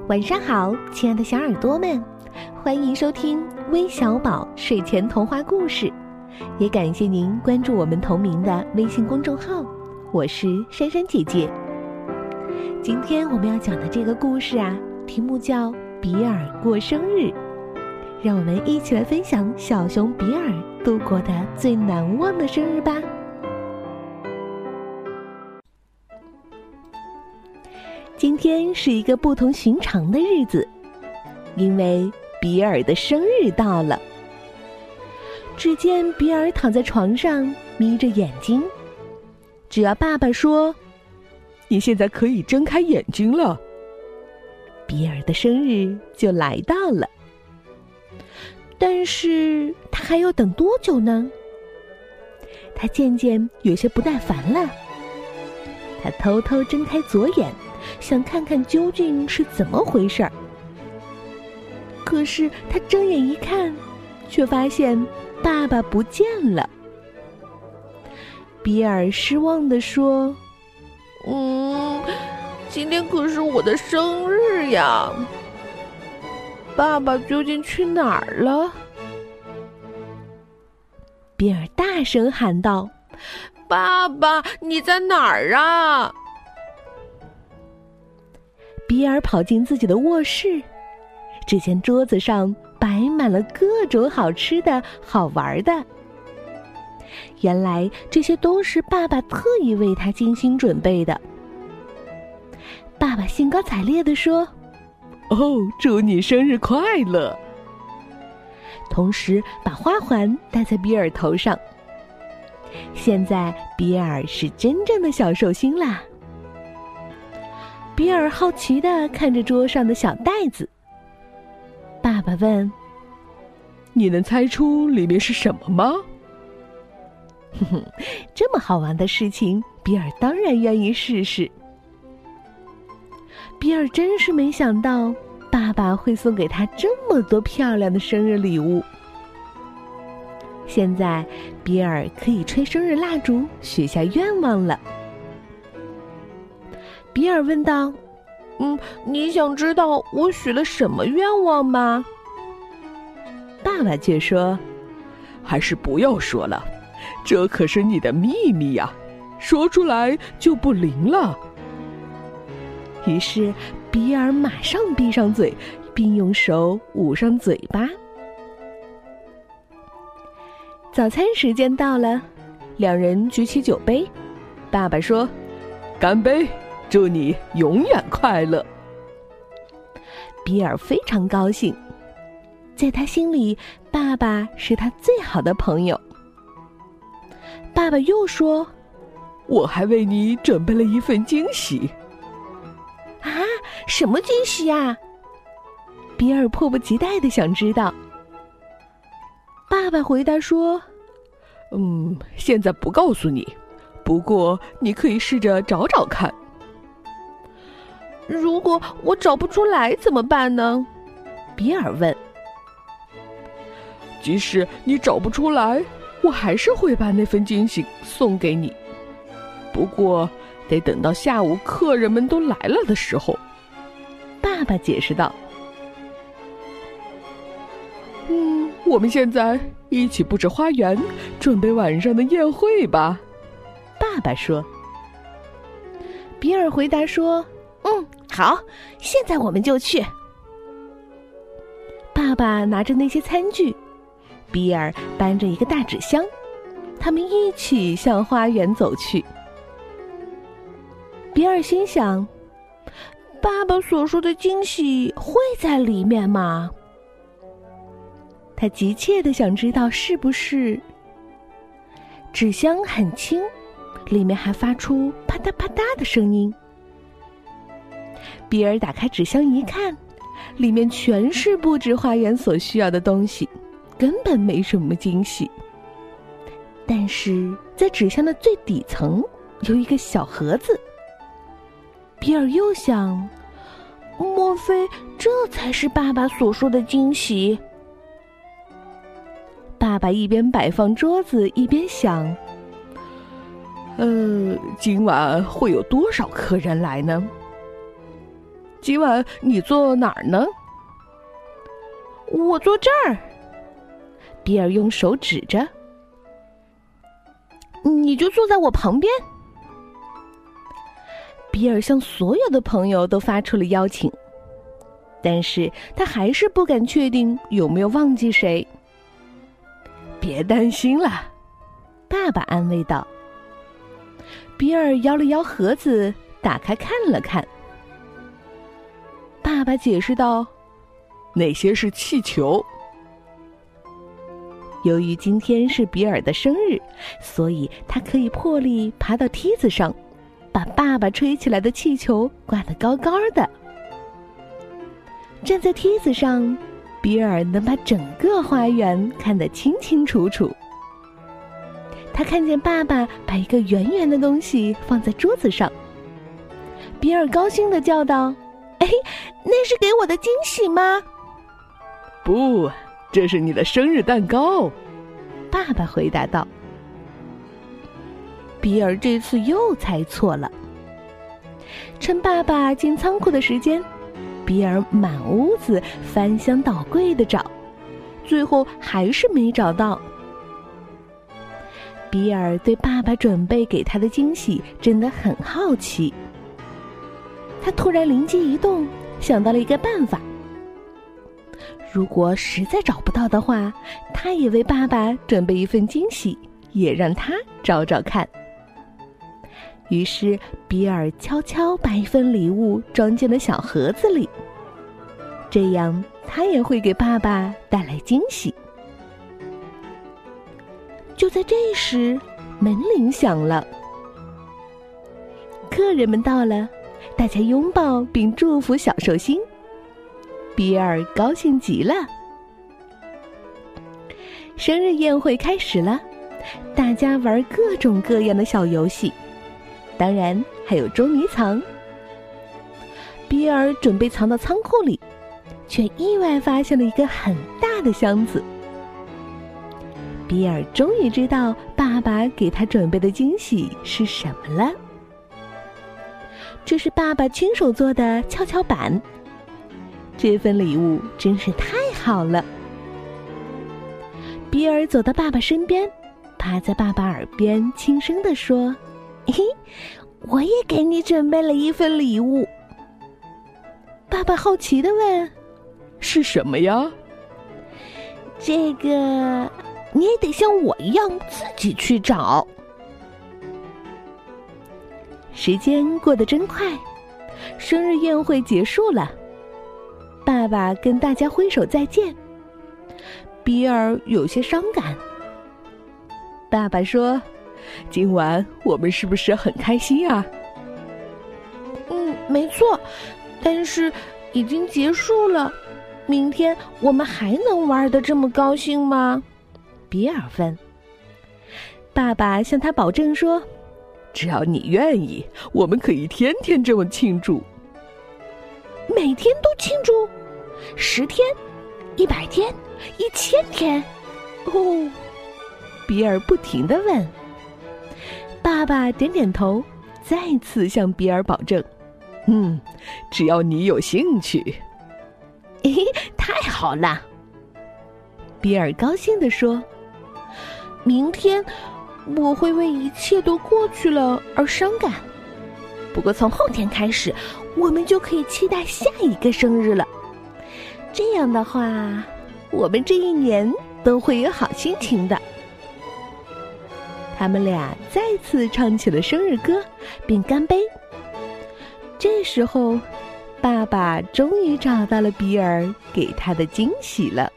晚上好，亲爱的小耳朵们，欢迎收听微小宝睡前童话故事，也感谢您关注我们同名的微信公众号，我是珊珊姐姐。今天我们要讲的这个故事啊，题目叫比尔过生日，让我们一起来分享小熊比尔度过的最难忘的生日吧。今天是一个不同寻常的日子，因为比尔的生日到了。只见比尔躺在床上眯着眼睛，只要爸爸说你现在可以睁开眼睛了， 比尔的生日就来到了。但是他还要等多久呢？他渐渐有些不耐烦了，他偷偷睁开左眼，想看看究竟是怎么回事儿。可是他睁眼一看，却发现爸爸不见了。比尔失望地说： 今天可是我的生日呀，爸爸究竟去哪儿了？ 比尔大声喊道： 爸爸，你在哪儿啊？ 比尔跑进自己的卧室，只见桌子上摆满了各种好吃的好玩的。原来这些都是爸爸特意为他精心准备的。爸爸兴高采烈地说： 祝你生日快乐！ 同时把花环戴在比尔头上。现在比尔是真正的小寿星啦。比尔好奇地看着桌上的小袋子。爸爸问： 你能猜出里面是什么吗？ 这么好玩的事情，比尔当然愿意试试。比尔真是没想到爸爸会送给他这么多漂亮的生日礼物。现在比尔可以吹生日蜡烛许下愿望了。比尔问道： 你想知道我许了什么愿望吗？ 爸爸却说： 还是不要说了，这可是你的秘密呀，说出来就不灵了。 于是比尔马上闭上嘴，并用手捂上嘴巴。早餐时间到了，两人举起酒杯。爸爸说： 干杯，祝你永远快乐。 比尔非常高兴，在他心里，爸爸是他最好的朋友。爸爸又说： 我还为你准备了一份惊喜。 啊，什么惊喜啊？比尔迫不及待地想知道。爸爸回答说： 现在不告诉你，不过你可以试着找找看。 如果我找不出来怎么办呢？ 比尔问。 即使你找不出来，我还是会把那份惊喜送给你。不过得等到下午客人们都来了的时候。 爸爸解释道。 我们现在一起布置花园，准备晚上的宴会吧。 爸爸说。比尔回答说：好，现在我们就去。爸爸拿着那些餐具，比尔搬着一个大纸箱，他们一起向花园走去。比尔心想：爸爸所说的惊喜会在里面吗？他急切地想知道是不是。纸箱很轻，里面还发出啪嗒啪嗒的声音。比尔打开纸箱一看，里面全是布置花园所需要的东西，根本没什么惊喜。但是在纸箱的最底层有一个小盒子。比尔又想，莫非这才是爸爸所说的惊喜？爸爸一边摆放桌子一边想， 今晚会有多少客人来呢？ 今晚你坐哪儿呢？ 我坐这儿。 比尔用手指着。 你就坐在我旁边。 比尔向所有的朋友都发出了邀请，但是他还是不敢确定有没有忘记谁。 别担心了， 爸爸安慰道。比尔摇了摇盒子，打开看了看。爸爸解释道： 那些是气球。 由于今天是比尔的生日，所以他可以破例爬到梯子上，把爸爸吹起来的气球挂得高高的。站在梯子上，比尔能把整个花园看得清清楚楚。他看见爸爸把一个圆圆的东西放在桌子上，比尔高兴地叫道： 哎，那是给我的惊喜吗？ 不，这是你的生日蛋糕， 爸爸回答道。比尔这次又猜错了。趁爸爸进仓库的时间，比尔满屋子翻箱倒柜地找，最后还是没找到。比尔对爸爸准备给他的惊喜真的很好奇。他突然灵机一动，想到了一个办法。如果实在找不到的话，他也为爸爸准备一份惊喜，也让他找找看。于是比尔悄悄把一份礼物装进了小盒子里，这样他也会给爸爸带来惊喜。就在这时，门铃响了。客人们到了，大家拥抱并祝福小寿星。比尔高兴极了。生日宴会开始了，大家玩各种各样的小游戏，当然还有捉迷藏。比尔准备藏到仓库里，却意外发现了一个很大的箱子。比尔终于知道爸爸给他准备的惊喜是什么了。这是爸爸亲手做的跷跷板，这份礼物真是太好了。比尔走到爸爸身边，趴在爸爸耳边轻声地说：嘿，我也给你准备了一份礼物。爸爸好奇地问： 是什么呀？ 这个你也得像我一样自己去找。 时间过得真快，生日宴会结束了。爸爸跟大家挥手再见，比尔有些伤感。爸爸说： 今晚我们是不是很开心啊？ 没错，但是已经结束了。明天我们还能玩得这么高兴吗？ 比尔问。爸爸向他保证说： 只要你愿意，我们可以天天这么庆祝。 每天都庆祝？10天、100天、1000天？ 哦，比尔不停地问。爸爸点点头，再次向比尔保证： 只要你有兴趣。 太好了！ 比尔高兴地说： 明天我会为一切都过去了而伤感，不过从后天开始，我们就可以期待下一个生日了。这样的话，我们这一年都会有好心情的。 他们俩再次唱起了生日歌，并干杯。这时候，爸爸终于找到了比尔给他的惊喜了。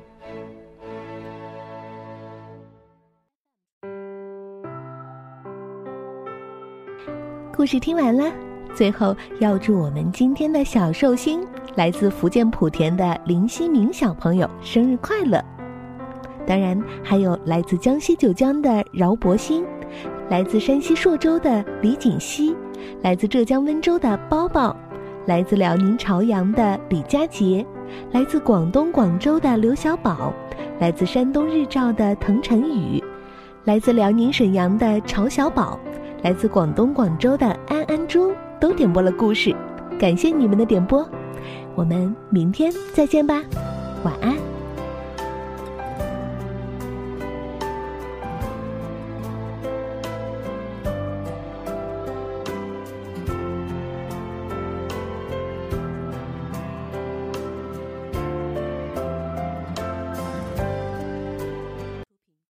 故事听完了，最后要祝我们今天的小寿星来自福建莆田的林希明小朋友生日快乐。当然还有来自江西九江的饶博兴，来自山西朔州的李锦熙，来自浙江温州的包包，来自辽宁朝阳的李佳杰，来自广东广州的刘小宝，来自山东日照的滕晨宇，来自辽宁沈阳的曹小宝，来自广东广州的安安珠，都点播了故事。 感谢你们的点播，我们明天再见吧，晚安。